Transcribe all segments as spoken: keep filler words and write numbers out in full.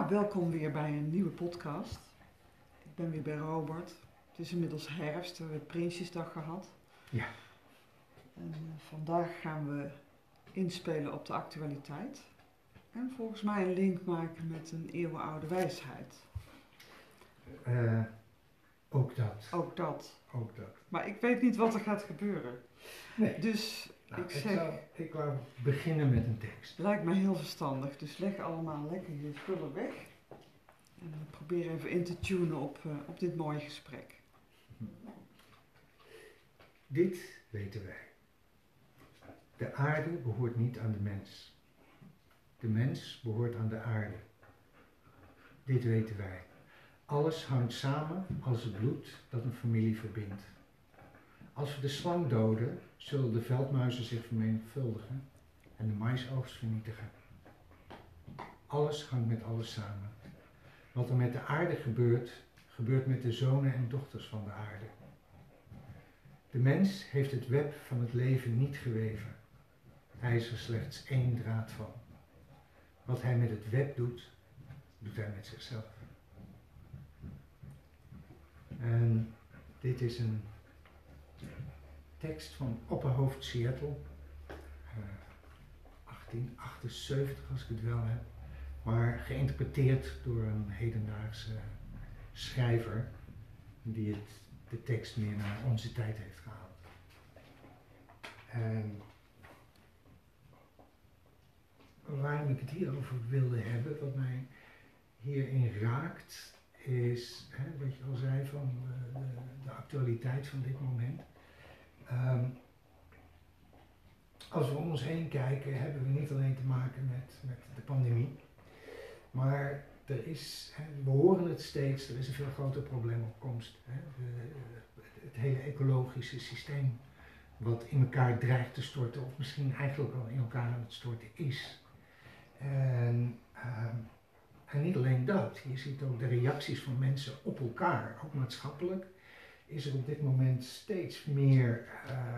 Ja, welkom weer bij een nieuwe podcast. Ik ben weer bij Robert. Het is inmiddels herfst, we hebben Prinsjesdag gehad. Ja. En uh, vandaag gaan we inspelen op de actualiteit. En volgens mij een link maken met een eeuwenoude wijsheid. Uh, ook dat. Ook dat. Ook dat. Maar ik weet niet wat er gaat gebeuren. Nee. Dus nou, ik ik zeg... Zou, ik wou beginnen met een tekst. Lijkt me heel verstandig. Dus leg allemaal lekker je spullen weg. En uh, probeer even in te tunen op, uh, op dit mooie gesprek. Dit weten wij. De aarde behoort niet aan de mens. De mens behoort aan de aarde. Dit weten wij. Alles hangt samen als het bloed dat een familie verbindt. Als we de slang doden, zullen de veldmuizen zich vermenigvuldigen en de maisoogst vernietigen. Alles hangt met alles samen. Wat er met de aarde gebeurt, gebeurt met de zonen en dochters van de aarde. De mens heeft het web van het leven niet geweven. Hij is er slechts één draad van. Wat hij met het web doet, doet hij met zichzelf. En dit is een tekst van Opperhoofd Seattle, uh, achttien achtenzeventig als ik het wel heb, maar geïnterpreteerd door een hedendaagse schrijver die het, de tekst meer naar onze tijd heeft gehaald. En waarom ik het hierover wilde hebben, wat mij hierin raakt, is, hè, wat je al zei, van de, de, de actualiteit van dit moment. Um, als we om ons heen kijken, hebben we niet alleen te maken met, met de pandemie, maar er is, hè, we horen het steeds, er is een veel groter probleem op komst. Hè. De, het hele ecologische systeem wat in elkaar dreigt te storten, of misschien eigenlijk al in elkaar aan het storten is. En, um, en niet alleen dat, je ziet ook de reacties van mensen op elkaar, ook maatschappelijk. Is er op dit moment steeds meer uh,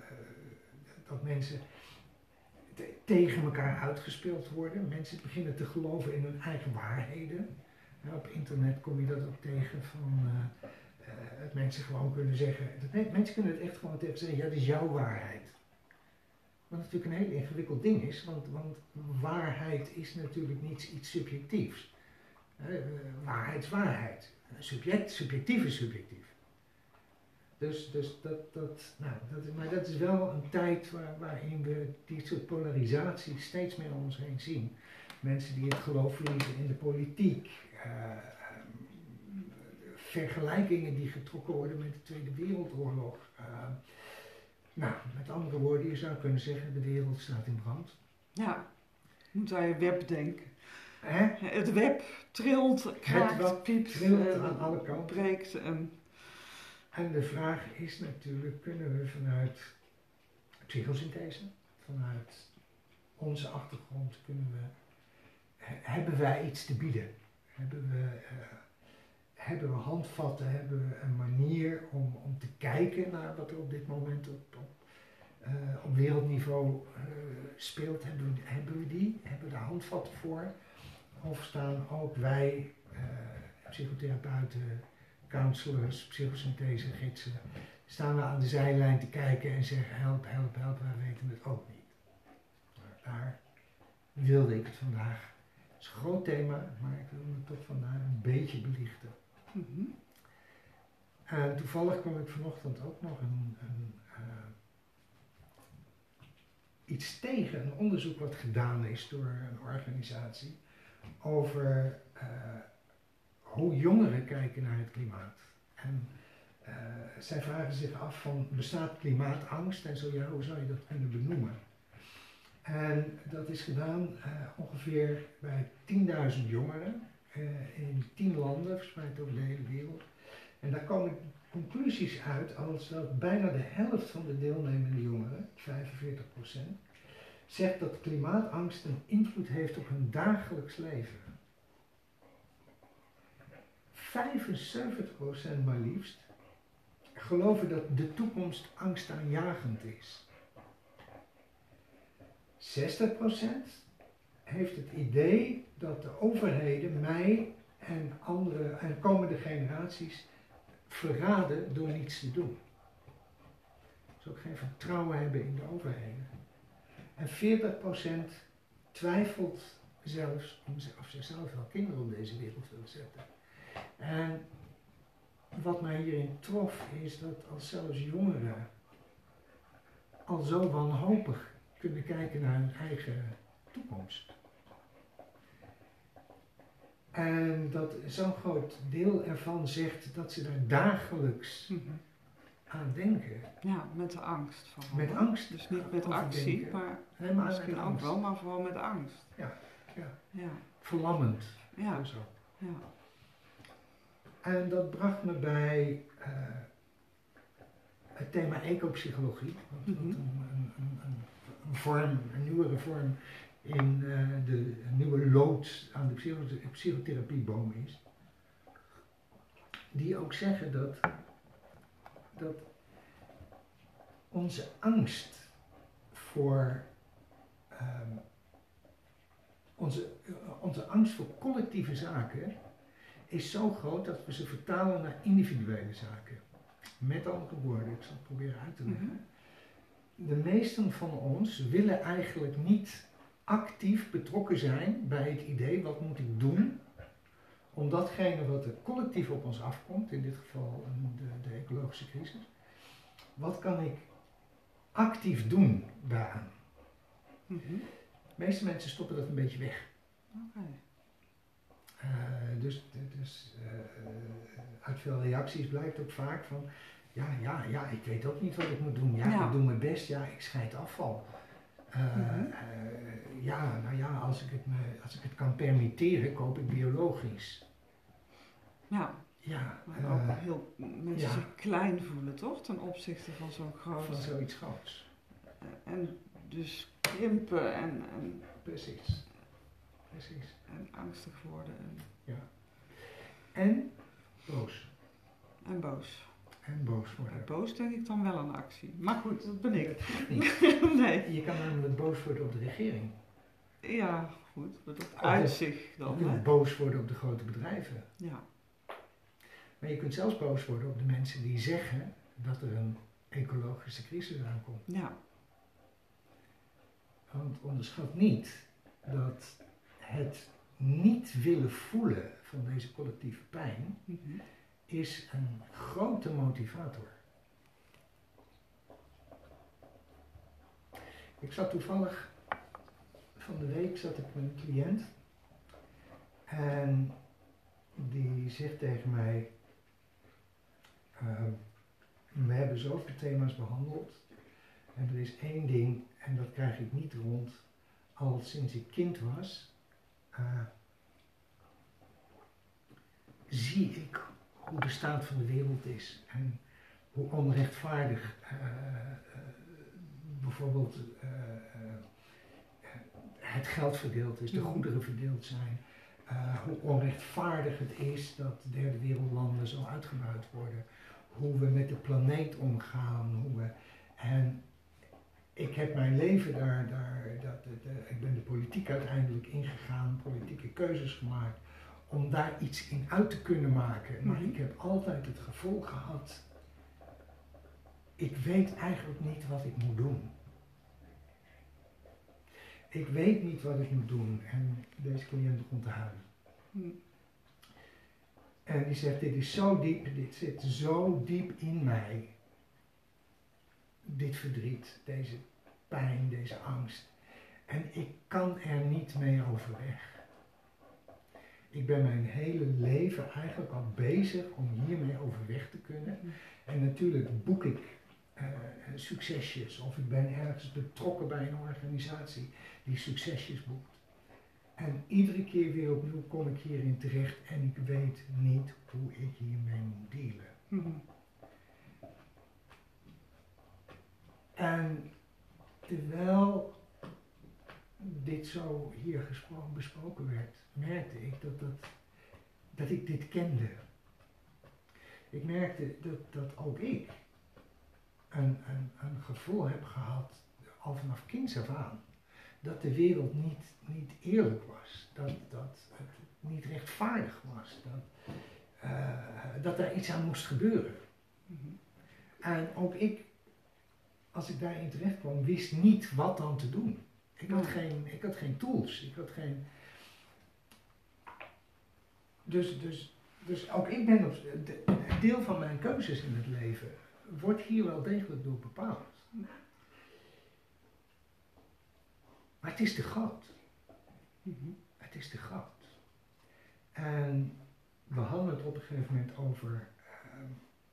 dat mensen te, tegen elkaar uitgespeeld worden. Mensen beginnen te geloven in hun eigen waarheden. Ja, op internet kom je dat ook tegen van uh, uh, dat mensen gewoon kunnen zeggen, dat mensen kunnen het echt gewoon tegen zeggen, ja, dat is jouw waarheid. Wat natuurlijk een heel ingewikkeld ding is, want, want waarheid is natuurlijk niet iets subjectiefs. Uh, waarheid is waarheid. Subject, subjectief is subjectief. Dus, dus dat, dat, nou, dat, maar dat is wel een tijd waar, waarin we die soort polarisatie steeds meer om ons heen zien. Mensen die het geloof verliezen in de politiek, uh, um, vergelijkingen die getrokken worden met de Tweede Wereldoorlog. Uh, nou, met andere woorden, je zou kunnen zeggen, de wereld staat in brand. Ja, moet aan je web denken. Hè? Het web trilt, kraakt, het piept, trilt uh, aan alle kanten. Breekt en... En de vraag is natuurlijk, kunnen we vanuit psychosynthese, vanuit onze achtergrond, kunnen we, he, hebben wij iets te bieden? Hebben we, uh, hebben we handvatten, hebben we een manier om, om te kijken naar wat er op dit moment op, op, uh, op wereldniveau uh, speelt? Hebben we, hebben we die? Hebben we daar handvatten voor? Of staan ook wij, uh, psychotherapeuten, counselors, psychosynthese gidsen, staan we aan de zijlijn te kijken en zeggen help, help, help, wij weten het ook niet. Maar daar wilde ik het vandaag. Het is een groot thema, maar ik wil het toch vandaag een beetje belichten. Mm-hmm. En toevallig kwam ik vanochtend ook nog een, een, uh, iets tegen, een onderzoek wat gedaan is door een organisatie over uh, hoe jongeren kijken naar het klimaat. En uh, zij vragen zich af van, bestaat klimaatangst en zo ja, hoe zou je dat kunnen benoemen? En dat is gedaan uh, ongeveer bij tienduizend jongeren uh, in tien landen, verspreid over de hele wereld. En daar komen conclusies uit als dat bijna de helft van de deelnemende jongeren, vijfenveertig procent, zegt dat klimaatangst een invloed heeft op hun dagelijks leven. vijfenzeventig procent maar liefst geloven dat de toekomst angstaanjagend is. zestig procent heeft het idee dat de overheden mij en andere en komende generaties verraden door niets te doen. Dus ook geen vertrouwen hebben in de overheden. En veertig procent twijfelt zelfs om ze- of ze zelf wel kinderen op deze wereld willen zetten. En wat mij hierin trof is dat als zelfs jongeren al zo wanhopig kunnen kijken naar hun eigen toekomst. En dat zo'n groot deel ervan zegt dat ze daar dagelijks Mhm. aan denken. Ja, met de angst vooral. Met hè? angst. Dus niet met over actie, denken. maar Nee, maar misschien met ook angst. wel, maar vooral met angst. Ja, ja. Ja, Verlammend. ja, Zo. ja. En dat bracht me bij eh, het thema ecopsychologie. Wat, wat Mhm. een, een, een, een, een vorm, een nieuwere vorm in eh, de nieuwe lood aan de psycho psychotherapieboom is. Die ook zeggen dat, dat onze angst voor ehm, onze, onze angst voor collectieve zaken is zo groot dat we ze vertalen naar individuele zaken. Met andere woorden, ik zal het proberen uit te leggen. Mhm. De meesten van ons willen eigenlijk niet actief betrokken zijn bij het idee wat moet ik doen om datgene wat er collectief op ons afkomt, in dit geval de, de ecologische crisis, wat kan ik actief doen daaraan? Mhm. De meeste mensen stoppen dat een beetje weg. Oké. Uh, dus dus uh, uit veel reacties blijkt ook vaak van, ja, ja, ja, ik weet ook niet wat ik moet doen. Ja, Ja. ik doe mijn best, ja, ik scheid afval. Uh, Mhm. uh, ja, nou ja, als ik, het me, als ik het kan permitteren, koop ik biologisch. Ja, Ja, maar ook uh, heel mensen ja. zich klein voelen, toch? Ten opzichte van zo'n groot. van zoiets groots. En dus krimpen en, en, Precies. Precies. en angstig worden en, Ja. En boos. en boos. En boos worden. Bij boos denk ik dan wel aan actie. Maar goed, dat ben ik. Niet. Nee. Je kan namelijk boos worden op de regering. Ja, goed. Dat het Of uitzicht Je dan, kunt hè? boos worden op de grote bedrijven. Ja. Maar je kunt zelfs boos worden op de mensen die zeggen dat er een ecologische crisis aankomt. Ja. Want onderschat niet dat het niet willen voelen van deze collectieve pijn Mhm. is een grote motivator. Ik zat toevallig, van de week zat ik met een cliënt en die zegt tegen mij, uh, we hebben zoveel thema's behandeld en er is één ding en dat krijg ik niet rond. Al sinds ik kind was, uh, zie ik hoe de staat van de wereld is en hoe onrechtvaardig uh, uh, bijvoorbeeld uh, uh, het geld verdeeld is, de goederen verdeeld zijn. Uh, hoe onrechtvaardig het is dat derde wereldlanden zo uitgebuit worden. Hoe we met de planeet omgaan. Hoe we, en ik heb mijn leven daar, daar dat, dat, uh, ik ben de politiek uiteindelijk ingegaan, politieke keuzes gemaakt, om daar iets in uit te kunnen maken. Maar Mm-hmm. ik heb altijd het gevoel gehad, ik weet eigenlijk niet wat ik moet doen. Ik weet niet wat ik moet doen. En deze cliënt begon te huilen. Mm. En die zegt, dit is zo diep, dit zit zo diep in mij. Dit verdriet, deze pijn, deze angst. En ik kan er niet mee overweg. Ik ben mijn hele leven eigenlijk al bezig om hiermee overweg te kunnen. Mm. En natuurlijk boek ik uh, succesjes of ik ben ergens betrokken bij een organisatie die succesjes boekt. En iedere keer weer opnieuw kom ik hierin terecht en ik weet niet hoe ik hiermee moet dealen. Mm-hmm. En terwijl dit zo hier gesproken, besproken werd, merkte ik dat, dat, dat ik dit kende. Ik merkte dat, dat ook ik een, een, een gevoel heb gehad, al vanaf kinds af aan, dat de wereld niet, niet eerlijk was, dat, dat het niet rechtvaardig was, dat, uh, dat er iets aan moest gebeuren. Mm-hmm. En ook ik, als ik daarin terecht kwam, wist niet wat dan te doen. Ik had, Ja. geen, ik had geen tools, ik had geen... Dus, dus, dus ook ik ben op... De, een deel van mijn keuzes in het leven wordt hier wel degelijk door bepaald. Maar het is te groot. Mm-hmm. Het is te groot. En we hadden het op een gegeven moment over... Uh,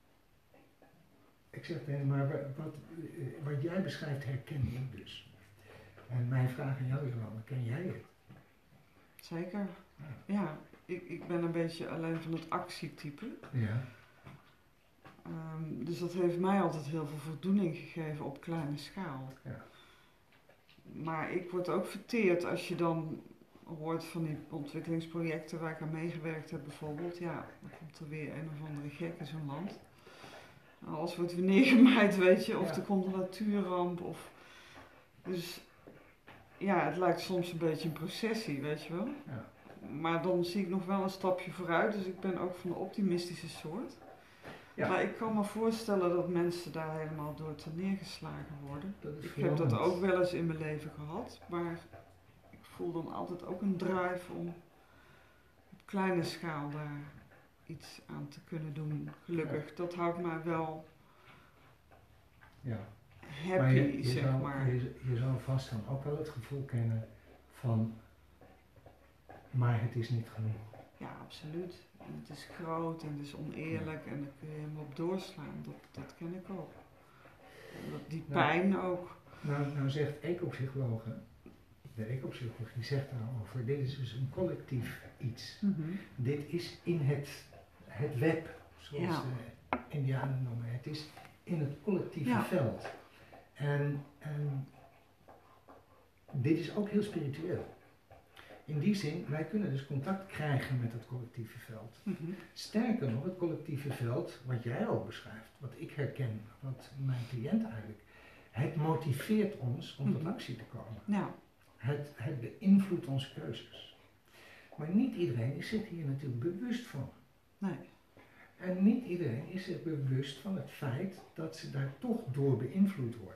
ik zeg tegen maar wat, wat, wat jij beschrijft herken ik dus. En mijn vraag aan jou is wel, ken jij het? Zeker. Ja. Ja, ik, ik ben een beetje alleen van het actietype. Ja. Um, dus dat heeft mij altijd heel veel voldoening gegeven op kleine schaal. Ja. Maar ik word ook verteerd als je dan hoort van die ontwikkelingsprojecten waar ik aan meegewerkt heb bijvoorbeeld. Ja, dan komt er weer een of andere gek in zo'n land. Alles wordt weer neergemaaid, weet je. Of Ja. er komt een natuurramp. Of... Dus ja, het lijkt soms een beetje een processie, weet je wel. Ja. Maar dan zie ik nog wel een stapje vooruit. Dus ik ben ook van de optimistische soort. Ja. Maar ik kan me voorstellen dat mensen daar helemaal door te neergeslagen worden. Dat is Ik heb dat veranderd. ook wel eens in mijn leven gehad. Maar ik voel dan altijd ook een drive om op kleine schaal daar iets aan te kunnen doen. Gelukkig, ja. Dat houdt mij wel ja. happy, maar je, je zeg zou, maar. Je, je zou vast dan ook wel het gevoel kennen van, maar het is niet genoeg. Ja, absoluut. En het is groot en het is oneerlijk en daar kun je helemaal op doorslaan. Dat, dat ken ik ook. En dat, die pijn nou, ook. Nou, nou zegt ecopsychologe, de ecopsychologie zegt daarover, dit is dus een collectief iets. Mm-hmm. Dit is in het, het web, zoals Ja. de Indianen noemen. Het is in het collectieve ja. veld. En, en dit is ook heel spiritueel. In die zin, wij kunnen dus contact krijgen met het collectieve veld. Mm-hmm. Sterker nog, het collectieve veld, wat jij ook beschrijft, wat ik herken, wat mijn cliënt eigenlijk, het motiveert ons om mm-hmm. tot actie te komen. Ja. Het, het beïnvloedt onze keuzes. Maar niet iedereen is zich hier natuurlijk bewust van. Nee. En niet iedereen is zich bewust van het feit dat ze daar toch door beïnvloed worden.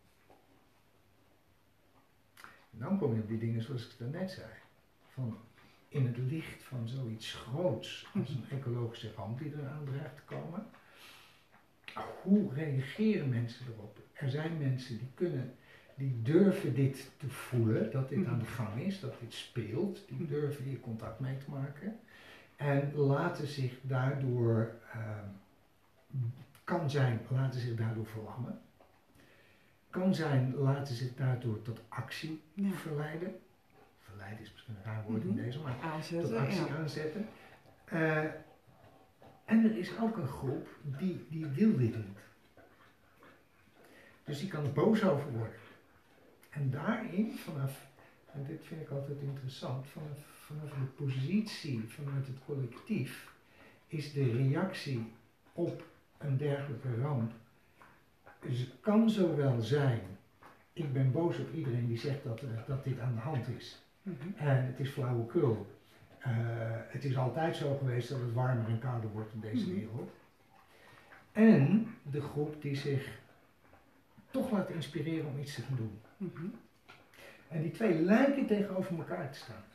En dan kom je op die dingen zoals ik daarnet zei. Van in het licht van zoiets groots als een ecologische ramp die eraan dreigt te komen. Hoe reageren mensen erop? Er zijn mensen die kunnen, die durven dit te voelen, dat dit aan de gang is, dat dit speelt. Die durven hier contact mee te maken. En laten zich daardoor, uh, kan zijn, laten zich daardoor verlammen. Kan zijn, laten zich daardoor tot actie ja. verleiden. Verleiden is misschien een raar woord mm-hmm. in deze, maar aanzetten, tot actie ja. aanzetten. Uh, en er is ook een groep die, die wil dit niet. Dus die kan er boos over worden. En daarin, vanaf, en dit vind ik altijd interessant, vanaf, vanaf de positie vanuit het collectief, is de reactie op een dergelijke ramp. Dus het kan zowel zijn, ik ben boos op iedereen die zegt dat, uh, dat dit aan de hand is. Mm-hmm. En het is flauwekul. Uh, het is altijd zo geweest dat het warmer en kouder wordt in deze mm-hmm. wereld. En de groep die zich toch laat inspireren om iets te gaan doen. Mm-hmm. En die twee lijken tegenover elkaar te staan.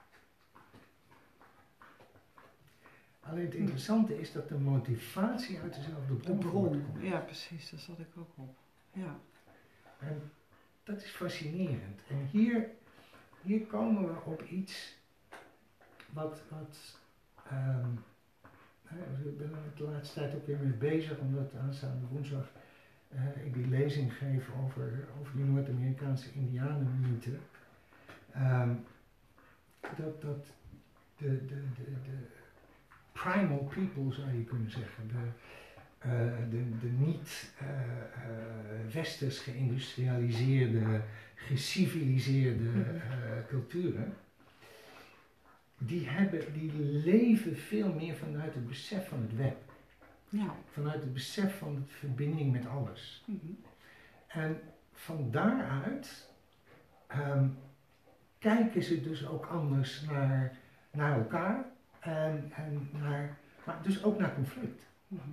Alleen het interessante is dat de motivatie uit dezelfde bron, de bron. komt. Ja, precies, daar zat ik ook op. Ja. En dat is fascinerend. En hier, hier komen we op iets wat, wat um, ik ben er de laatste tijd ook weer mee bezig, omdat aanstaande woensdag uh, ik die lezing geef over, over die Noord-Amerikaanse indianenmythe. Um, dat dat de, de, de, de primal people, zou je kunnen zeggen, de, uh, de, de niet uh, uh, westers geïndustrialiseerde, geciviliseerde uh, culturen, die, hebben, die leven veel meer vanuit het besef van het web. Ja. Vanuit het besef van de verbinding met alles. Mm-hmm. En van daaruit um, kijken ze dus ook anders naar, naar elkaar en, en naar, maar dus ook naar conflict. Mm-hmm.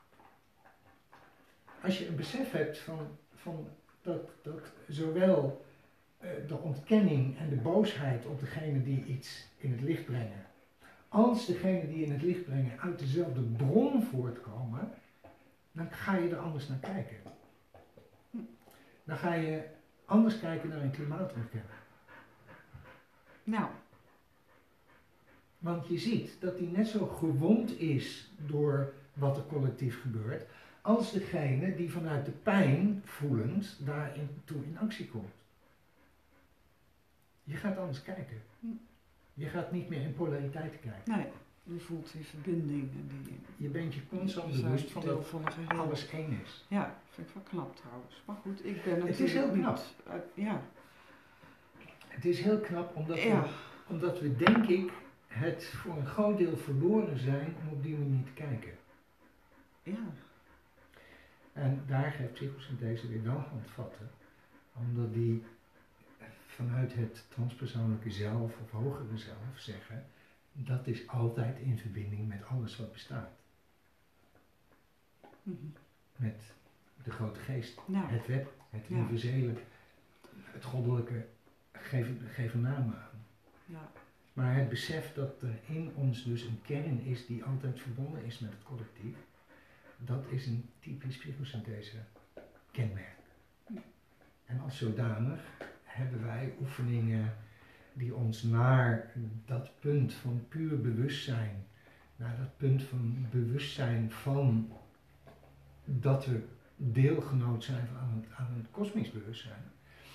Als je een besef hebt van, van dat, dat zowel uh, de ontkenning en de boosheid op degene die iets in het licht brengen, als degene die in het licht brengen uit dezelfde bron voortkomen, dan ga je er anders naar kijken. Dan ga je anders kijken naar een klimaatontkenner. Nou. Want je ziet dat die net zo gewond is door wat er collectief gebeurt, als degene die vanuit de pijn voelend daarin toe in actie komt. Je gaat anders kijken. Je gaat niet meer in polariteiten kijken. Nee, je voelt die verbinding. En die, je bent je constant je bewust van dat van een alles één is. Ja, vind ik wel knap trouwens. Maar goed, ik ben natuurlijk Het is heel knap. Niet, uh, ja. Het is heel knap omdat, ja. we, omdat we, denk ik, het voor een groot deel verloren zijn om op die manier te kijken. Ja. En daar geeft psychosynthese weer wel handvatten. Omdat die vanuit het transpersoonlijke zelf of hogere zelf zeggen, dat is altijd in verbinding met alles wat bestaat. Mm-hmm. Met de grote geest, nou. het web, het ja. universele, het goddelijke, geven, geven namen aan. Ja. Maar het besef dat er in ons dus een kern is die altijd verbonden is met het collectief, dat is een typisch psychosynthese kenmerk. En als zodanig hebben wij oefeningen die ons naar dat punt van puur bewustzijn, naar dat punt van bewustzijn van dat we deelgenoot zijn aan het, aan het kosmisch bewustzijn.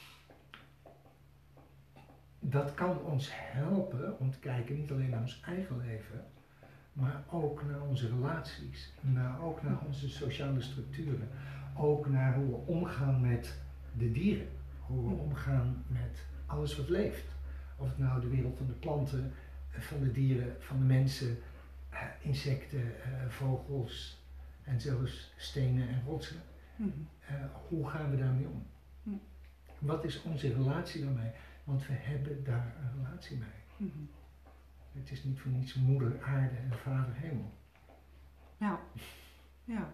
Dat kan ons helpen om te kijken niet alleen naar ons eigen leven, maar ook naar onze relaties, maar ook naar onze sociale structuren, ook naar hoe we omgaan met de dieren, hoe we omgaan met alles wat leeft. Of het nou de wereld van de planten, van de dieren, van de mensen, insecten, vogels en zelfs stenen en rotsen. Mm-hmm. Uh, hoe gaan we daarmee om? Mm. Wat is onze relatie daarmee? Want we hebben daar een relatie mee. Mm-hmm. Het is niet voor niets moeder aarde en vader hemel. Nou, ja.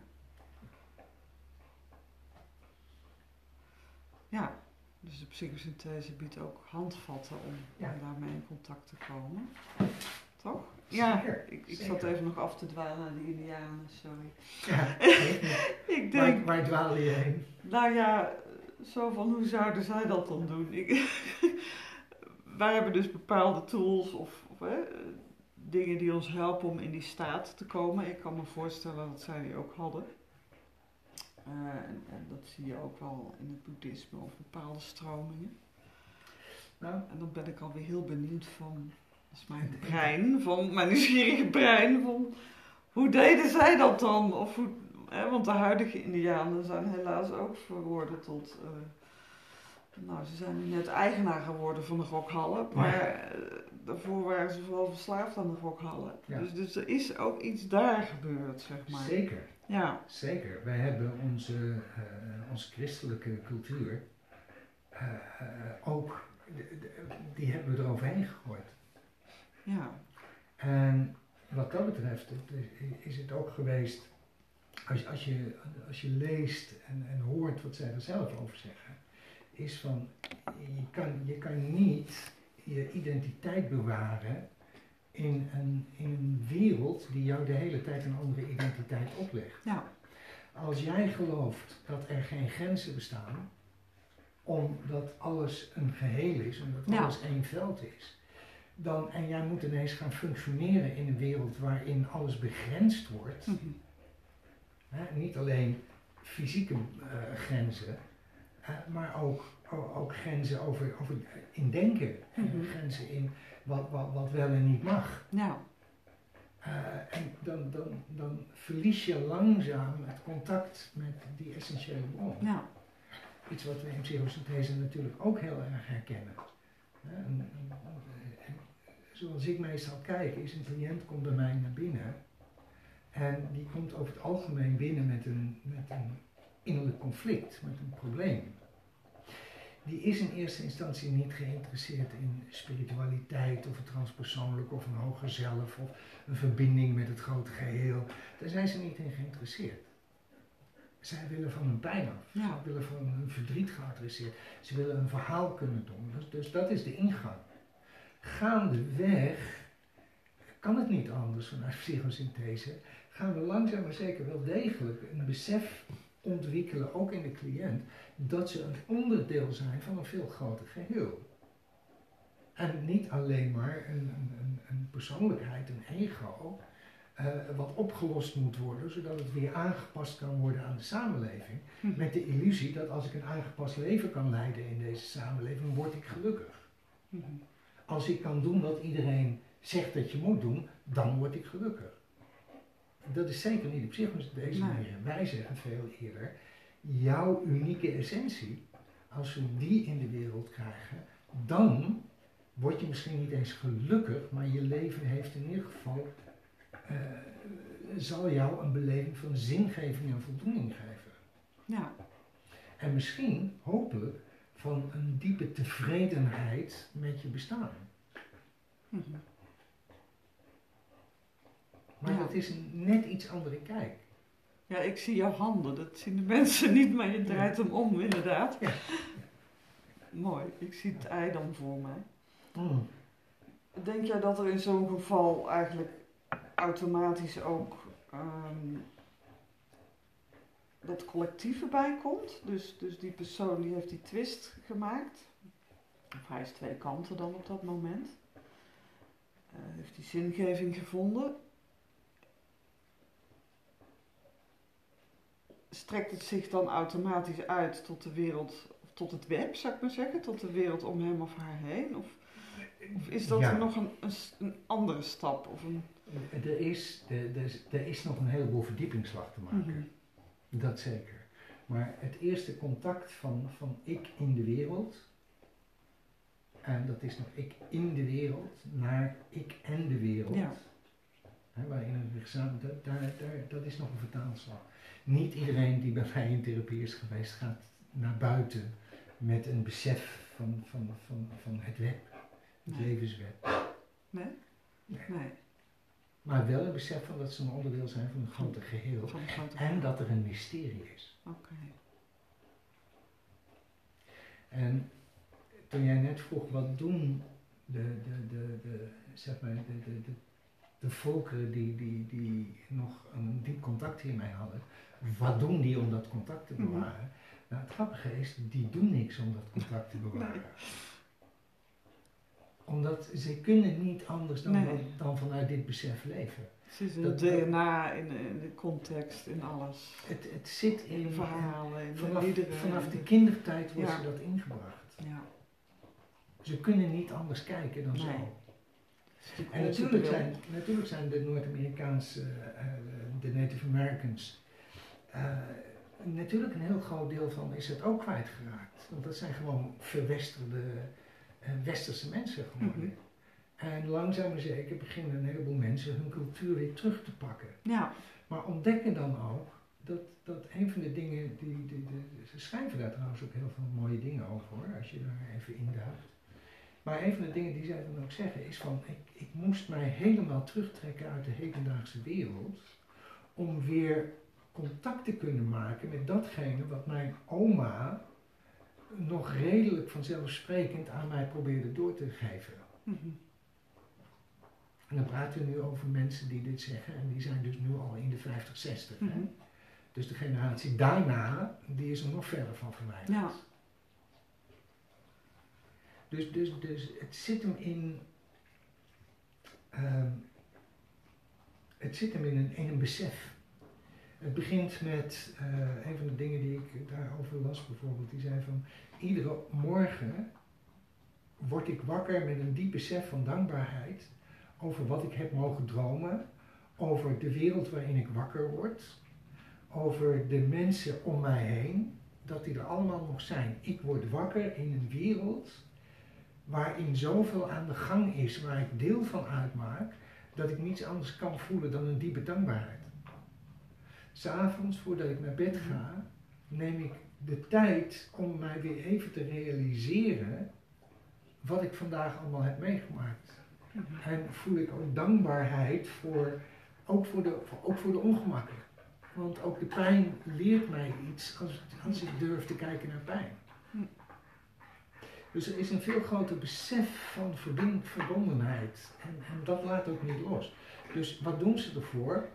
Ja, dus de psychosynthese biedt ook handvatten om, ja. om daarmee in contact te komen. Toch? Ja, Zeker, ik, ik zeker. zat even nog af te dwalen naar de Indianen, sorry. Ja, ik denk, waar, waar dwaal je heen? Nou ja, zo van hoe zouden zij dat dan doen? Ik, wij hebben dus bepaalde tools of, of hè, dingen die ons helpen om in die staat te komen. Ik kan me voorstellen dat zij die ook hadden. Uh, en, en dat zie je ook wel in het boeddhisme of bepaalde stromingen. Nou, en dan ben ik alweer heel benieuwd van, dat is mijn brein, van mijn nieuwsgierige brein, van hoe deden zij dat dan? Of hoe, hè, want de huidige Indianen zijn helaas ook verworden tot, uh, nou ze zijn nu net eigenaar geworden van de rockhallen, maar uh, daarvoor waren ze vooral verslaafd aan de rockhallen. Ja. Dus, dus er is ook iets daar gebeurd, zeg maar. Zeker. Ja. Zeker. Wij hebben onze, uh, onze christelijke cultuur uh, uh, ook, de, de, die hebben we eroverheen gegooid. Ja. En wat dat betreft is het ook geweest, als, als, je, als je leest en, en hoort wat zij er zelf over zeggen, is van, je kan, je kan niet je identiteit bewaren in een, in een wereld die jou de hele tijd een andere identiteit oplegt. Ja. Als jij gelooft dat er geen grenzen bestaan, omdat alles een geheel is, omdat ja. alles één veld is, dan, en jij moet ineens gaan functioneren in een wereld waarin alles begrensd wordt, mm-hmm. hè, niet alleen fysieke uh, grenzen, uh, maar ook, ook, ook grenzen over, over in denken, mm-hmm. uh, grenzen in wat, wat, wat wel en niet mag. Nou. Uh, en dan, dan, dan verlies je langzaam het contact met die essentiële bron. Nou. Iets wat we in psychosynthese natuurlijk ook heel erg herkennen. Uh, en, en, en, zoals ik meestal kijk, is een cliënt komt bij mij naar binnen en die komt over het algemeen binnen met een, met een innerlijk conflict, met een probleem. die is in eerste instantie niet geïnteresseerd in spiritualiteit of het transpersoonlijk of een hoger zelf of een verbinding met het grote geheel. Daar zijn ze niet in geïnteresseerd. Zij willen van hun pijn af. Ja. Ze willen van hun verdriet geadresseerd. Ze willen een verhaal kunnen doen. Dus, dus dat is de ingang. Gaandeweg kan het niet anders vanuit psychosynthese. Gaan we langzaam maar zeker wel degelijk een besef ontwikkelen, ook in de cliënt, dat ze een onderdeel zijn van een veel groter geheel. En niet alleen maar een, een, een persoonlijkheid, een ego, uh, wat opgelost moet worden, zodat het weer aangepast kan worden aan de samenleving. Hm. Met de illusie dat als ik een aangepast leven kan leiden in deze samenleving, word ik gelukkig. Hm. Als ik kan doen wat iedereen zegt dat je moet doen, dan word ik gelukkig. Dat is zeker niet de psychosynthese manier. Wij zeggen veel eerder, jouw unieke essentie, als we die in de wereld krijgen, dan word je misschien niet eens gelukkig, maar je leven heeft in ieder geval, uh, zal jou een beleving van zingeving en voldoening geven. Ja. En misschien, hopelijk, van een diepe tevredenheid met je bestaan. Mm-hmm. Maar ja. Dat is een net iets andere kijk. Ja, ik zie jouw handen, dat zien de mensen niet, maar je draait hem om, inderdaad. Ja. Mooi, ik zie het ei dan voor mij. Mm. Denk jij dat er in zo'n geval eigenlijk automatisch ook um, dat collectieve bij komt? Dus, dus die persoon die heeft die twist gemaakt, of hij is twee kanten dan op dat moment, uh, heeft die zingeving gevonden. Strekt het zich dan automatisch uit tot de wereld, tot het web, zou ik maar zeggen, tot de wereld om hem of haar heen? Of, of is dat ja. nog een, een, een andere stap? Of een... er, is, er, er, is, er is nog een heleboel verdiepingsslag te maken, mm-hmm. Dat zeker. Maar het eerste contact van, van ik in de wereld, en dat is nog ik in de wereld, naar ik en de wereld, ja. He, waarin we samen, dat, daar, daar, dat is nog een vertaalslag. Niet iedereen die bij mij in therapie is geweest gaat naar buiten met een besef van, van, van, van het web, het nee. levensweb. Nee? nee? Nee. Maar wel een besef van dat ze een onderdeel zijn van een groter geheel. Van een grote en dat er een mysterie is. Oké. Okay. En toen jij net vroeg, wat doen de, de, de, de, zeg maar, de, de, de, de volkeren die, die, die nog een diep contact hiermee hadden, wat doen die om dat contact te bewaren? Mm-hmm. Nou, het grappige is, die doen niks om dat contact te bewaren. Nee. Omdat ze kunnen niet anders dan, nee. dan vanuit dit besef leven. Het is in het D N A, in de, in de context, in alles. Het, het zit in, in de verhalen, in vanaf, de liederen. Vanaf de kindertijd wordt ja. ze dat ingebracht. Ja. Ze kunnen niet anders kijken dan nee. zo. En natuurlijk zijn, natuurlijk zijn de Noord-Amerikaanse, uh, de Native Americans, uh, natuurlijk een heel groot deel van is het ook kwijtgeraakt. Want dat zijn gewoon verwesterde, uh, westerse mensen geworden. Mm-hmm. En langzaam maar zeker beginnen een heleboel mensen hun cultuur weer terug te pakken. Ja. Maar ontdekken dan ook dat, dat een van de dingen, die, die, die, ze schrijven daar trouwens ook heel veel mooie dingen over hoor, als je daar even induikt. Maar een van de dingen die zij dan ook zeggen is van, ik, ik moest mij helemaal terugtrekken uit de hedendaagse wereld om weer contact te kunnen maken met datgene wat mijn oma nog redelijk vanzelfsprekend aan mij probeerde door te geven. Mm-hmm. En dan praten we nu over mensen die dit zeggen en die zijn dus nu al in de vijftig, zestig. Mm-hmm. Hè? Dus de generatie daarna, die is er nog verder van verwijderd. Ja. Dus, dus, dus het zit hem in, uh, het zit hem in een, in een besef. Het begint met uh, een van de dingen die ik daarover las bijvoorbeeld, die zei van, iedere morgen word ik wakker met een diep besef van dankbaarheid over wat ik heb mogen dromen, over de wereld waarin ik wakker word, over de mensen om mij heen, dat die er allemaal nog zijn. Ik word wakker in een wereld waarin zoveel aan de gang is, waar ik deel van uitmaak, dat ik niets anders kan voelen dan een diepe dankbaarheid. 'S Avonds, voordat ik naar bed ga, neem ik de tijd om mij weer even te realiseren wat ik vandaag allemaal heb meegemaakt. Mhm. En voel ik ook dankbaarheid voor, ook voor de, voor, ook voor de ongemakken. Want ook de pijn leert mij iets als, als ik durf te kijken naar pijn. Mhm. Dus er is een veel groter besef van verbind, verbondenheid. En, en dat laat ook niet los. Dus wat doen ze ervoor?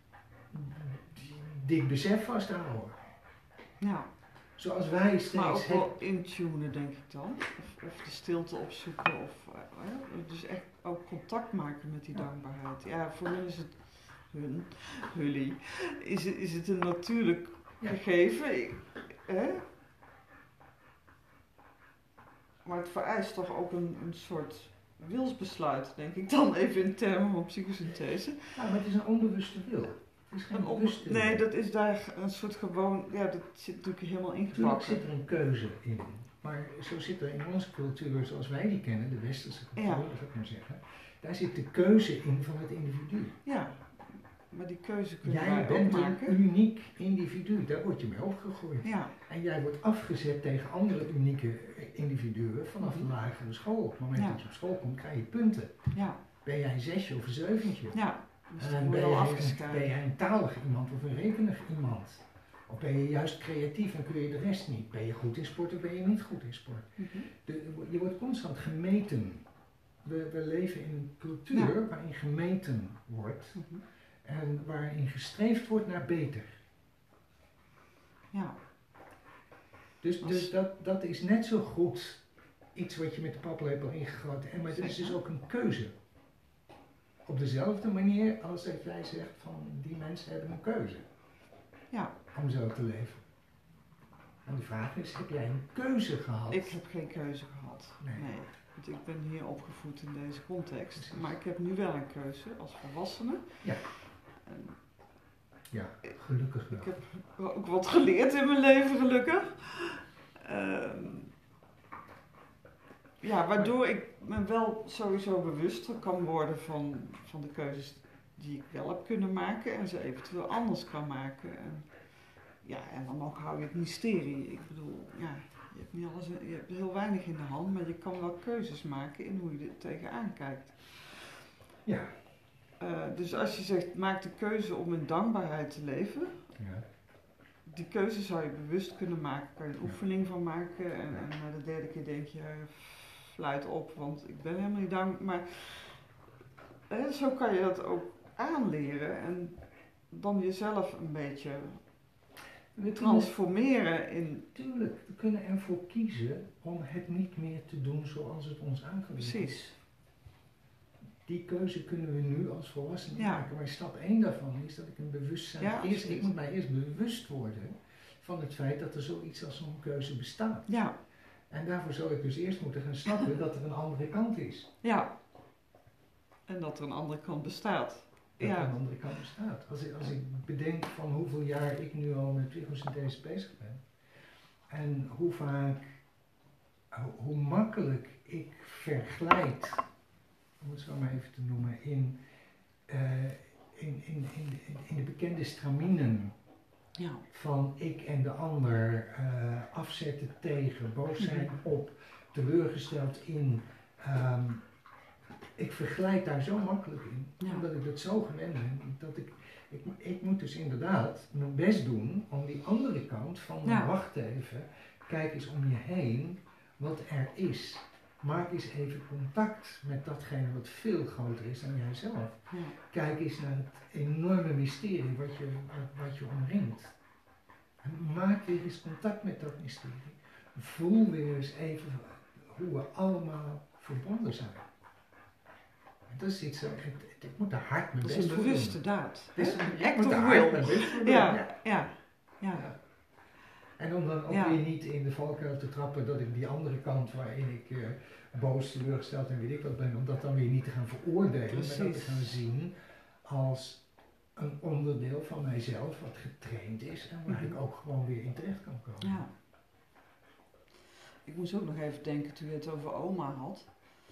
Dit besef vasthouden. Ja. Zoals wij steeds... Maar ook het- wel intunen, denk ik dan. Of, of de stilte opzoeken. Of, eh, hè? Dus echt ook contact maken met die dankbaarheid. Ja, voor hun is het... Hun, jullie, is het, is het een natuurlijk Ja. gegeven. Ik- Hè? Maar het vereist toch ook een, een soort wilsbesluit, denk ik dan even in termen van psychosynthese. Ja, maar het is een onbewuste wil. Het is geen Een on- bewuste wil. nee, dat is daar een soort gewoon, ja, dat zit natuurlijk helemaal Natuurlijk ingepakt. zit er een keuze in. Maar zo zit er in onze cultuur zoals wij die kennen, de westerse cultuur, Ja. zou ik maar zeggen. Daar zit de keuze in van het individu. Ja, maar die keuze kunnen Jij wij ook bent maken. een uniek individu, daar word je mee opgegroeid. Ja, En jij wordt afgezet tegen andere unieke individuen vanaf de Mhm. lagere school. Op het moment Ja. dat je op school komt, krijg je punten. ja, Ben jij een zesje of een zeventje? ja. Dus En dan ben word je jij, al een, afgescheiden. ben jij een talig iemand of een rekenig iemand? Of ben je juist creatief en kun je de rest niet? Ben je goed in sport of ben je niet goed in sport? Mhm. De, je wordt constant gemeten. We, we leven in een cultuur waarin gemeten wordt Mhm. en waarin gestreefd wordt naar beter. Ja, Dus, Als- dus dat, dat is net zo goed iets wat je met de paplepel ingegoten. En maar het is dus ook een keuze. Op dezelfde manier als dat jij zegt van die mensen hebben een keuze ja. om zo te leven. En de vraag is, heb jij een keuze gehad? Ik heb geen keuze gehad. Nee. Nee. Want ik ben hier opgevoed in deze context. Precies. Maar ik heb nu wel een keuze als volwassene. Ja. En Ja, gelukkig wel. ik heb ook wat geleerd in mijn leven, gelukkig. Ehm, ja, waardoor ik me wel sowieso bewuster kan worden van, van de keuzes die ik wel heb kunnen maken en ze eventueel anders kan maken. En, ja, en dan ook hou je het mysterie. Ik bedoel, ja, je hebt, niet alles, je hebt heel weinig in de hand, maar je kan wel keuzes maken in hoe je er tegenaan kijkt. Ja. Eh, dus als je zegt, maak de keuze om in dankbaarheid te leven, Ja. die keuze zou je bewust kunnen maken, kan je een oefening van maken. En, en na de derde keer denk je, fluit op, want ik ben helemaal niet dankbaar. Maar hè, zo kan je dat ook aanleren en dan jezelf een beetje We kunnen, transformeren in... tuurlijk, we kunnen ervoor kiezen om het niet meer te doen zoals het ons aangeleerd is. Precies. Die keuze kunnen we nu als volwassenen Ja. maken. Maar stap één daarvan is dat ik een bewustzijn... Ja, eerst, absoluut. ik moet mij eerst bewust worden van het feit dat er zoiets als zo'n keuze bestaat. Ja, En daarvoor zou ik dus eerst moeten gaan snappen dat er een andere kant is. ja. En dat er een andere kant bestaat. Dat er Ja. een andere kant bestaat. Als ik, als ik bedenk van hoeveel jaar ik nu al met psychosynthese bezig ben. En hoe vaak, ho- hoe makkelijk ik verglijd, om het zo maar even te noemen, in, eh, in, in, in, in, in de bekende straminen Ja. van ik en de ander, eh, afzetten tegen, boos zijn op, teleurgesteld in. ehm, ik verglijd daar zo makkelijk in, Ja. omdat ik dat zo gewend ben, dat ik, ik, ik moet dus inderdaad mijn best doen om die andere kant van, Ja. wacht even, kijk eens om je heen wat er is. Maak eens even contact met datgene wat veel groter is dan jijzelf. Ja. Kijk eens naar het enorme mysterie wat je, wat, wat je omringt. En maak weer eens contact met dat mysterie. Voel weer eens even hoe we allemaal verbonden zijn. En dat is iets, eh, ik, ik moet daar hard mijn Dat is best een voor bewuste doen. daad. Het is hè? een- Een ik act moet of daar hard will. mijn best voor doen. Ja, Ja. ja, ja. Ja. En om dan ook Ja. weer niet in de valkuil te trappen dat ik die andere kant waarin ik uh, boos, teleurgesteld en weet ik wat ben, om dat dan weer niet te gaan veroordelen, maar dat te Precies. gaan zien als een onderdeel van mijzelf wat getraind is en waar Mhm. ik ook gewoon weer in terecht kan komen. Ja. Ik moest ook nog even denken toen je het over oma had.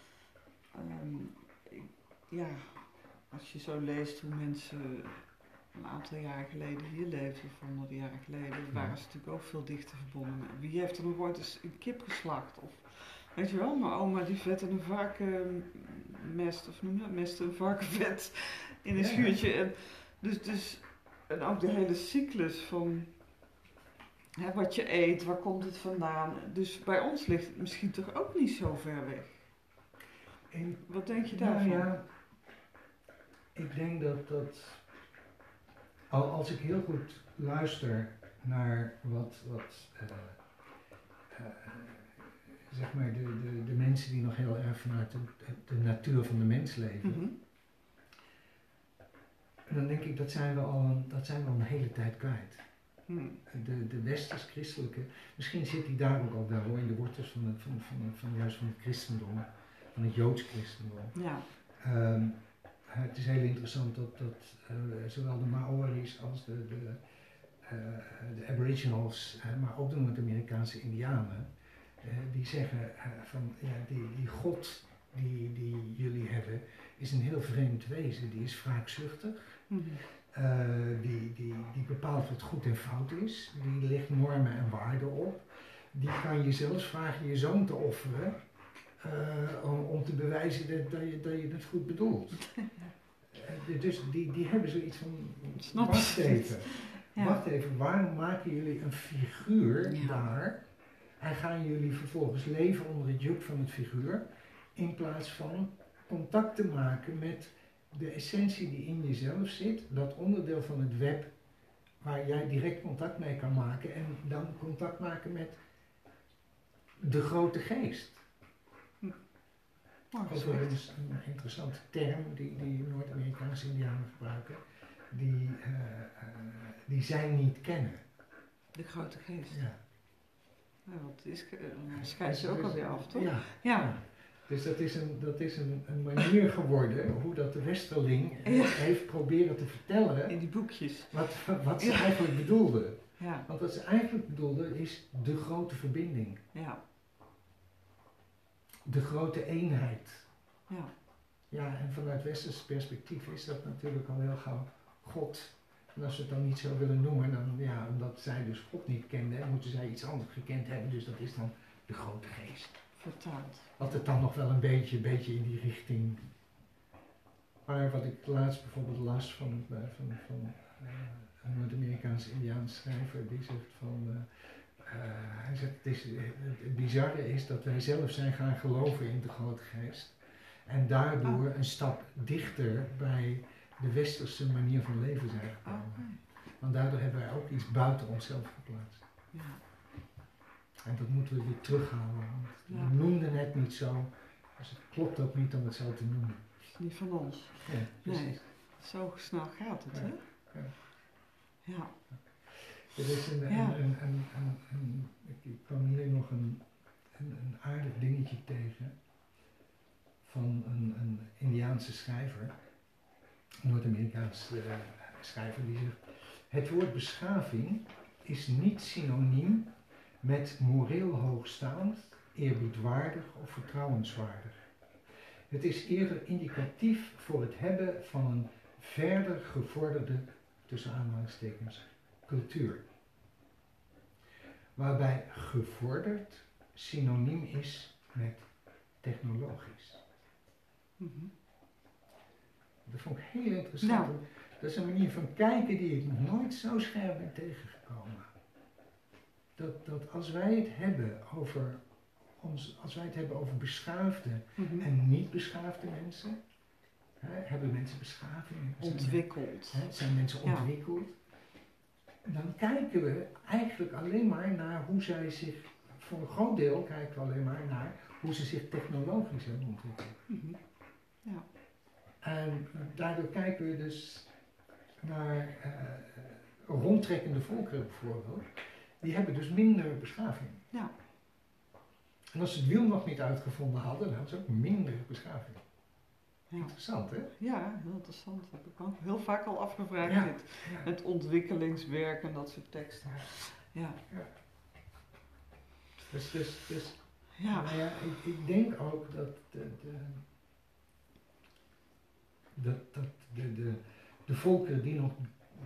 Ehm, ik- ja, als je zo leest hoe mensen een aantal jaren geleden hier leefden, of honderden jaren geleden, Ja. waren ze natuurlijk ook veel dichter verbonden. met- Wie heeft er nog ooit eens een kip geslacht? Of, weet je wel, mijn oma die vette een varkenmest, of noem je dat, mest een varkenvet in een Ja. schuurtje. En, dus, dus, en ook de hele cyclus van hè, wat je eet, waar komt het vandaan. Dus bij ons ligt het misschien toch ook niet zo ver weg. En, Wat denk je nou daarvan? ja, ik denk dat dat, al als ik heel goed luister naar wat, wat uh, uh, zeg maar de, de, de mensen die nog heel erg vanuit de, de natuur van de mens leven, Mm-hmm. dan denk ik dat zijn we al een, dat zijn we al een hele tijd kwijt. Hmm. De, de westers-christelijke, misschien zit die daar ook al wel hoor, in de wortels van, het, van, van, van, juist van het christendom, van het joods christendom. Ja. Um, het is heel interessant dat, dat uh, zowel de Maori's als de, de, uh, de Aboriginals, uh, maar ook de Noord-Amerikaanse Indianen, uh, die zeggen uh, van ja, die, die God die, die jullie hebben is een heel vreemd wezen, die is wraakzuchtig. Mm-hmm. Uh, die, die, die bepaalt wat goed en fout is, die legt normen en waarden op, die kan je zelfs vragen je zoon te offeren uh, om, om te bewijzen dat, dat, je, dat je het goed bedoelt. Uh, dus die, die hebben zoiets van, Snap wacht even, ja. wacht even, waarom maken jullie een figuur ja. daar en gaan jullie vervolgens leven onder het juk van het figuur, in plaats van contact te maken met de essentie die in jezelf zit, dat onderdeel van het web waar jij direct contact mee kan maken en dan contact maken met de grote geest. Hm. Oh, Overigens een interessante term die, die Noord-Amerikaanse Indianen gebruiken, die, uh, uh, die zij niet kennen. De grote geest. Ja. Ja, want het is, uh, scheidt je ook alweer af, toch? Ja. ja. ja. Dus dat is, een, dat is een, een manier geworden hoe dat de westerling ja. heeft proberen te vertellen in die boekjes. Wat, wat ze ja. eigenlijk bedoelde. Ja. Want wat ze eigenlijk bedoelde is de grote verbinding. Ja. De grote eenheid. Ja. Ja, en vanuit westers perspectief is dat natuurlijk al heel gauw God. En als ze het dan niet zo willen noemen, dan ja, omdat zij dus God niet kenden, moeten zij iets anders gekend hebben. Dus dat is dan de grote geest. Vertaald. Had het dan nog wel een beetje, beetje in die richting. Maar wat ik laatst bijvoorbeeld las van, van, van, van uh, een Noord-Amerikaanse Indiaanse schrijver, die zegt van, uh, uh, hij zegt, het, is, het bizarre is dat wij zelf zijn gaan geloven in de grote geest. En daardoor oh. een stap dichter bij de westerse manier van leven zijn gekomen. Oh, okay. Want daardoor hebben wij ook iets buiten onszelf geplaatst. Ja. En dat moeten we weer terughalen, want ja. we noemden het niet zo, dus het klopt ook niet om het zo te noemen. Het is niet van ons. Ja, nee, zo snel gaat het, ja. hè? Ja. Ja. Er is een, ja. een, een, een, een, een, ik kwam hier nog een, een, een aardig dingetje tegen van een, een Indiaanse schrijver, een Noord-Amerikaanse uh, schrijver, die zegt, het woord beschaving is niet synoniem met moreel hoogstaand, eerbiedwaardig of vertrouwenswaardig. Het is eerder indicatief voor het hebben van een verder gevorderde, tussen aanhalingstekens, cultuur. Waarbij gevorderd synoniem is met technologisch. Mm-hmm. Dat vond ik heel interessant. Nou. Dat is een manier van kijken die ik nog nooit zo scherp ben tegengekomen. Dat, dat als wij het hebben over ons, als wij het hebben over beschaafde mm-hmm. en niet beschaafde mensen, hè, hebben mensen beschaving, ontwikkeld, zijn, hè, zijn mensen ja. ontwikkeld, dan kijken we eigenlijk alleen maar naar hoe zij zich, voor een groot deel kijken we alleen maar naar hoe ze zich technologisch hebben ontwikkeld. Mm-hmm. Ja. En daardoor kijken we dus naar uh, rondtrekkende volkeren bijvoorbeeld. Die hebben dus minder beschaving. Ja. En als ze het wiel nog niet uitgevonden hadden, dan hadden ze ook minder beschaving. Ja. Interessant, hè? Ja, heel interessant. Dat heb ik ook heel vaak al afgevraagd. Ja. Dit. Ja. Het ontwikkelingswerk en dat soort teksten. Ja. ja. Dus, dus, dus ja. Nou ja, ik, ik denk ook dat de, de, dat, dat de, de, de volkeren die nog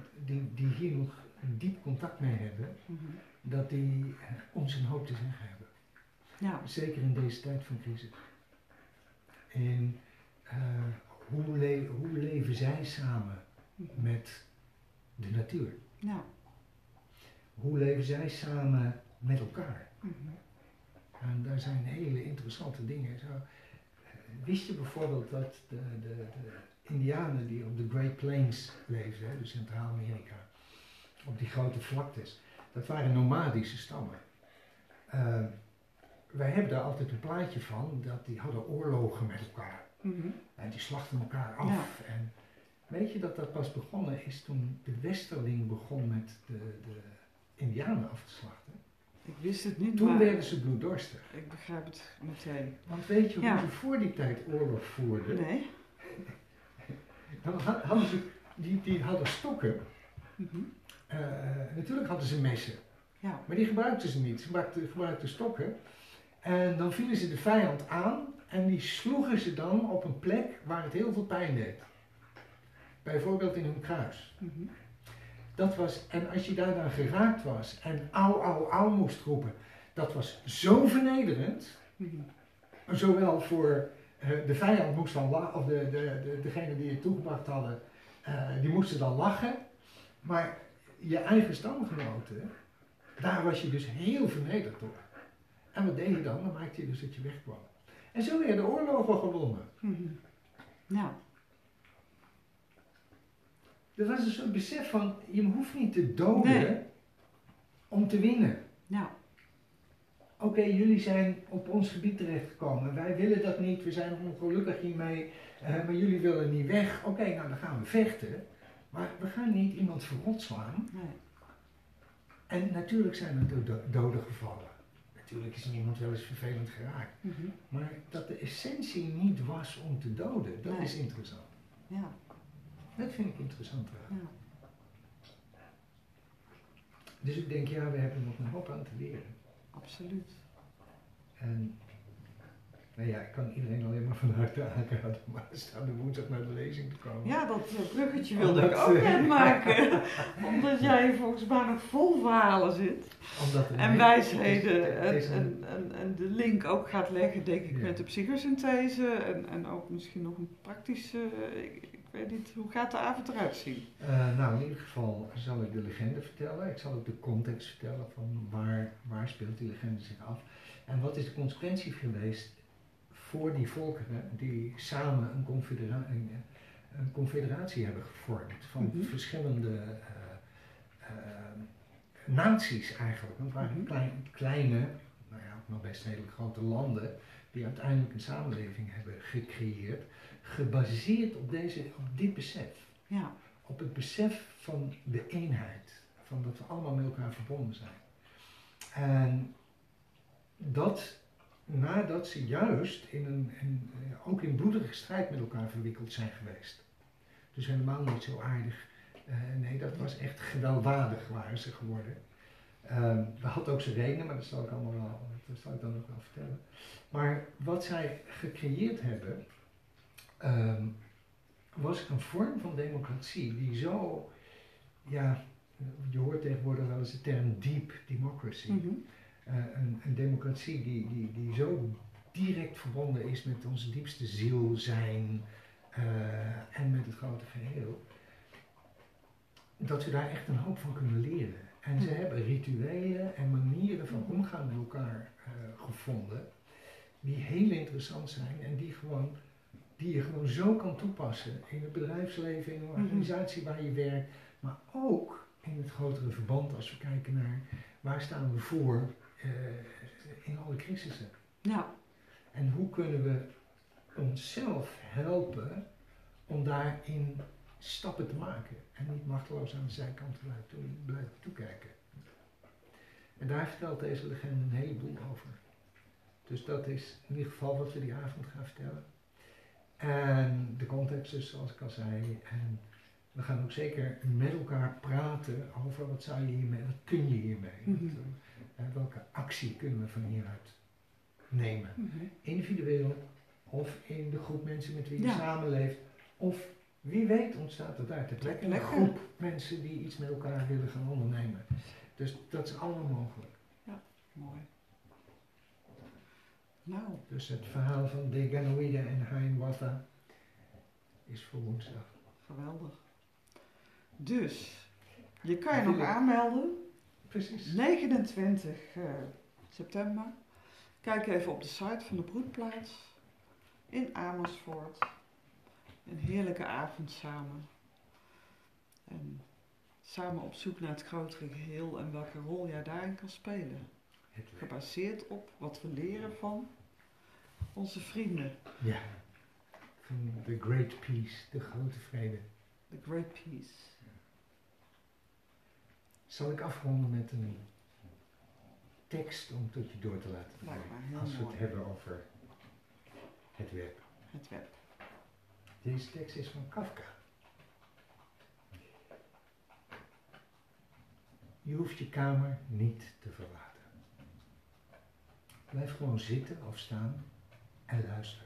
die, die hier nog diep contact mee hebben, Mm-hmm. dat die uh, ons een hoop te zeggen hebben. Ja. Zeker in deze tijd van crisis. En uh, hoe, le- hoe leven zij samen met de natuur? Ja. Hoe leven zij samen met elkaar? Mm-hmm. En daar zijn hele interessante dingen. Zo, uh, wist je bijvoorbeeld dat de, de, de Indianen die op de Great Plains leefden, hè, dus Centraal-Amerika, op die grote vlaktes, dat waren nomadische stammen. Uh, wij hebben daar altijd een plaatje van, dat die hadden oorlogen met elkaar. Mm-hmm. En die slachten elkaar af. Ja. En weet je dat dat pas begonnen is toen de westerling begon met de, de Indianen af te slachten? Ik wist het niet, Toen maar werden ze bloeddorstig. ik begrijp het meteen. Want weet je Ja. hoe ze voor die tijd oorlog voerden? Nee. Dan ha- hadden ze, die, die hadden stokken. Mm-hmm. Uh, natuurlijk hadden ze messen. Ja. Maar die gebruikten ze niet. Ze gebruikten, gebruikten stokken. En dan vielen ze de vijand aan en die sloegen ze dan op een plek waar het heel veel pijn deed. Bijvoorbeeld in hun kruis. Mm-hmm. Dat was, en als je daar dan geraakt was en au, au, au moest roepen, dat was zo vernederend. Mm-hmm. Zowel voor uh, de vijand moest dan lachen, of de, de, de, degene die je toegebracht hadden, uh, die moesten dan lachen. Maar je eigen stamgenoten, daar was je dus heel vernederd door. En wat deed je dan? Dan maakte je dus dat je wegkwam. En zo werden oorlogen gewonnen. Mm-hmm. Ja. Er was een soort besef van, je hoeft niet te doden Nee. om te winnen. Ja. Oké, okay, jullie zijn op ons gebied terechtgekomen. Wij willen dat niet, we zijn ongelukkig hiermee, uh, maar jullie willen niet weg. Oké, okay, nou dan gaan we vechten. Maar we gaan niet iemand verrot slaan. Nee. En natuurlijk zijn er do- do- doden gevallen. Natuurlijk is niemand wel eens vervelend geraakt. Mm-hmm. Maar dat de essentie niet was om te doden, dat Nee. is interessant. Ja. Dat vind ik interessant. Ja. Dus ik denk, ja, we hebben nog een hoop aan te leren. Absoluut. En, nou ja, ik kan iedereen alleen maar van harte aanraden om aanstaande woensdag naar de lezing te komen. Ja, dat uh, bruggetje wilde Omdat, ik ook uh, net maken. Omdat jij volgens mij nog vol verhalen zit. Omdat er En een- wijsheden. het is En, een- en, en, en de link ook gaat leggen, denk ik, Ja. met de psychosynthese. En, en ook misschien nog een praktische. Uh, ik, ik weet niet, hoe gaat de avond eruit zien? Uh, nou, in ieder geval zal ik de legende vertellen. Ik zal ook de context vertellen van waar, waar speelt die legende zich af. En wat is de consequentie geweest voor die volkeren die samen een, confedera- een, een confederatie hebben gevormd van Mhm. verschillende uh, uh, naties eigenlijk. Want het waren Mhm. klein, kleine, nou ja, nog best hele grote landen die uiteindelijk een samenleving hebben gecreëerd, gebaseerd op, deze, op dit besef. Ja. Op het besef van de eenheid, van dat we allemaal met elkaar verbonden zijn. En dat nadat ze juist in een, in, ook in bloedige strijd met elkaar verwikkeld zijn geweest. Dus helemaal niet zo aardig. Uh, nee, dat was echt gewelddadig waren ze geworden. Uh, dat had ook zijn redenen, maar dat zal ik allemaal wel, dat zal ik dan nog wel vertellen. Maar wat zij gecreëerd hebben, um, was een vorm van democratie die zo, ja, je hoort tegenwoordig wel eens de term deep democracy. Mm-hmm. Uh, een, een democratie die, die, die zo direct verbonden is met onze diepste ziel zijn uh, en met het grote geheel, dat we daar echt een hoop van kunnen leren. En ze Mm. hebben rituelen en manieren van omgaan met elkaar uh, gevonden, die heel interessant zijn en die, gewoon, die je gewoon zo kan toepassen in het bedrijfsleven, in een organisatie waar je werkt, maar ook in het grotere verband als we kijken naar waar staan we voor uh, in alle crisissen. Ja. En hoe kunnen we onszelf helpen om daarin stappen te maken en niet machteloos aan de zijkant te blijven, toe, blijven toekijken. En daar vertelt deze legende een heleboel over. Dus dat is in ieder geval wat we die avond gaan vertellen. En de context dus, zoals ik al zei. En we gaan ook zeker met elkaar praten over wat zou je hiermee, wat kun je hiermee. Mm-hmm. Wat, uh, welke actie kunnen we van hieruit nemen. Mm-hmm. Individueel of in de groep mensen met wie je Ja. samenleeft of Wie weet ontstaat het uit de plek. Een Lekker. groep mensen die iets met elkaar willen gaan ondernemen. Dus dat is allemaal mogelijk. Mooi. Nou, Dus het verhaal van Deganoïde en Hiawatha is voor woensdag. geweldig. Dus, je kan je nog Natuurlijk. aanmelden. Precies. negenentwintig eh, september. Kijk even op de site van de broedplaats in Amersfoort. Een heerlijke avond samen. En samen op zoek naar het grotere geheel en welke rol jij daarin kan spelen. Het werkt. Gebaseerd op wat we leren van onze vrienden. Ja. Van The Great Peace, de grote vrede. The Great Peace. Zal ik afronden met een tekst om tot je door te laten Lijkt brengen, me heel als we mooi. het hebben over het web. Het web. Deze tekst is van Kafka. Je hoeft je kamer niet te verlaten. Blijf gewoon zitten of staan en luister.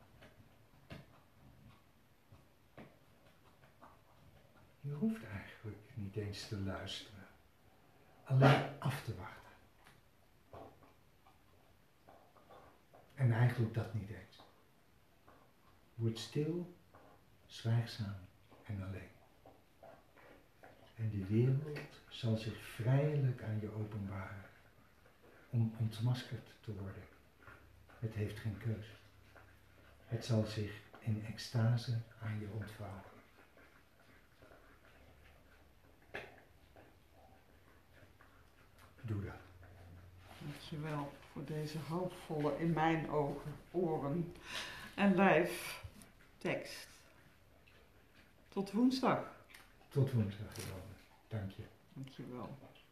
Je hoeft eigenlijk niet eens te luisteren, alleen af te wachten. En eigenlijk dat niet eens. Word stil, zwijgzaam en alleen. En de wereld zal zich vrijelijk aan je openbaren om ontmaskerd te worden. Het heeft geen keus. Het zal zich in extase aan je ontvouwen. Doe dat. Dankjewel voor deze hoopvolle, in mijn ogen, oren en lijf tekst. Tot woensdag. Tot woensdag, Jolande. Dank je. Dankjewel.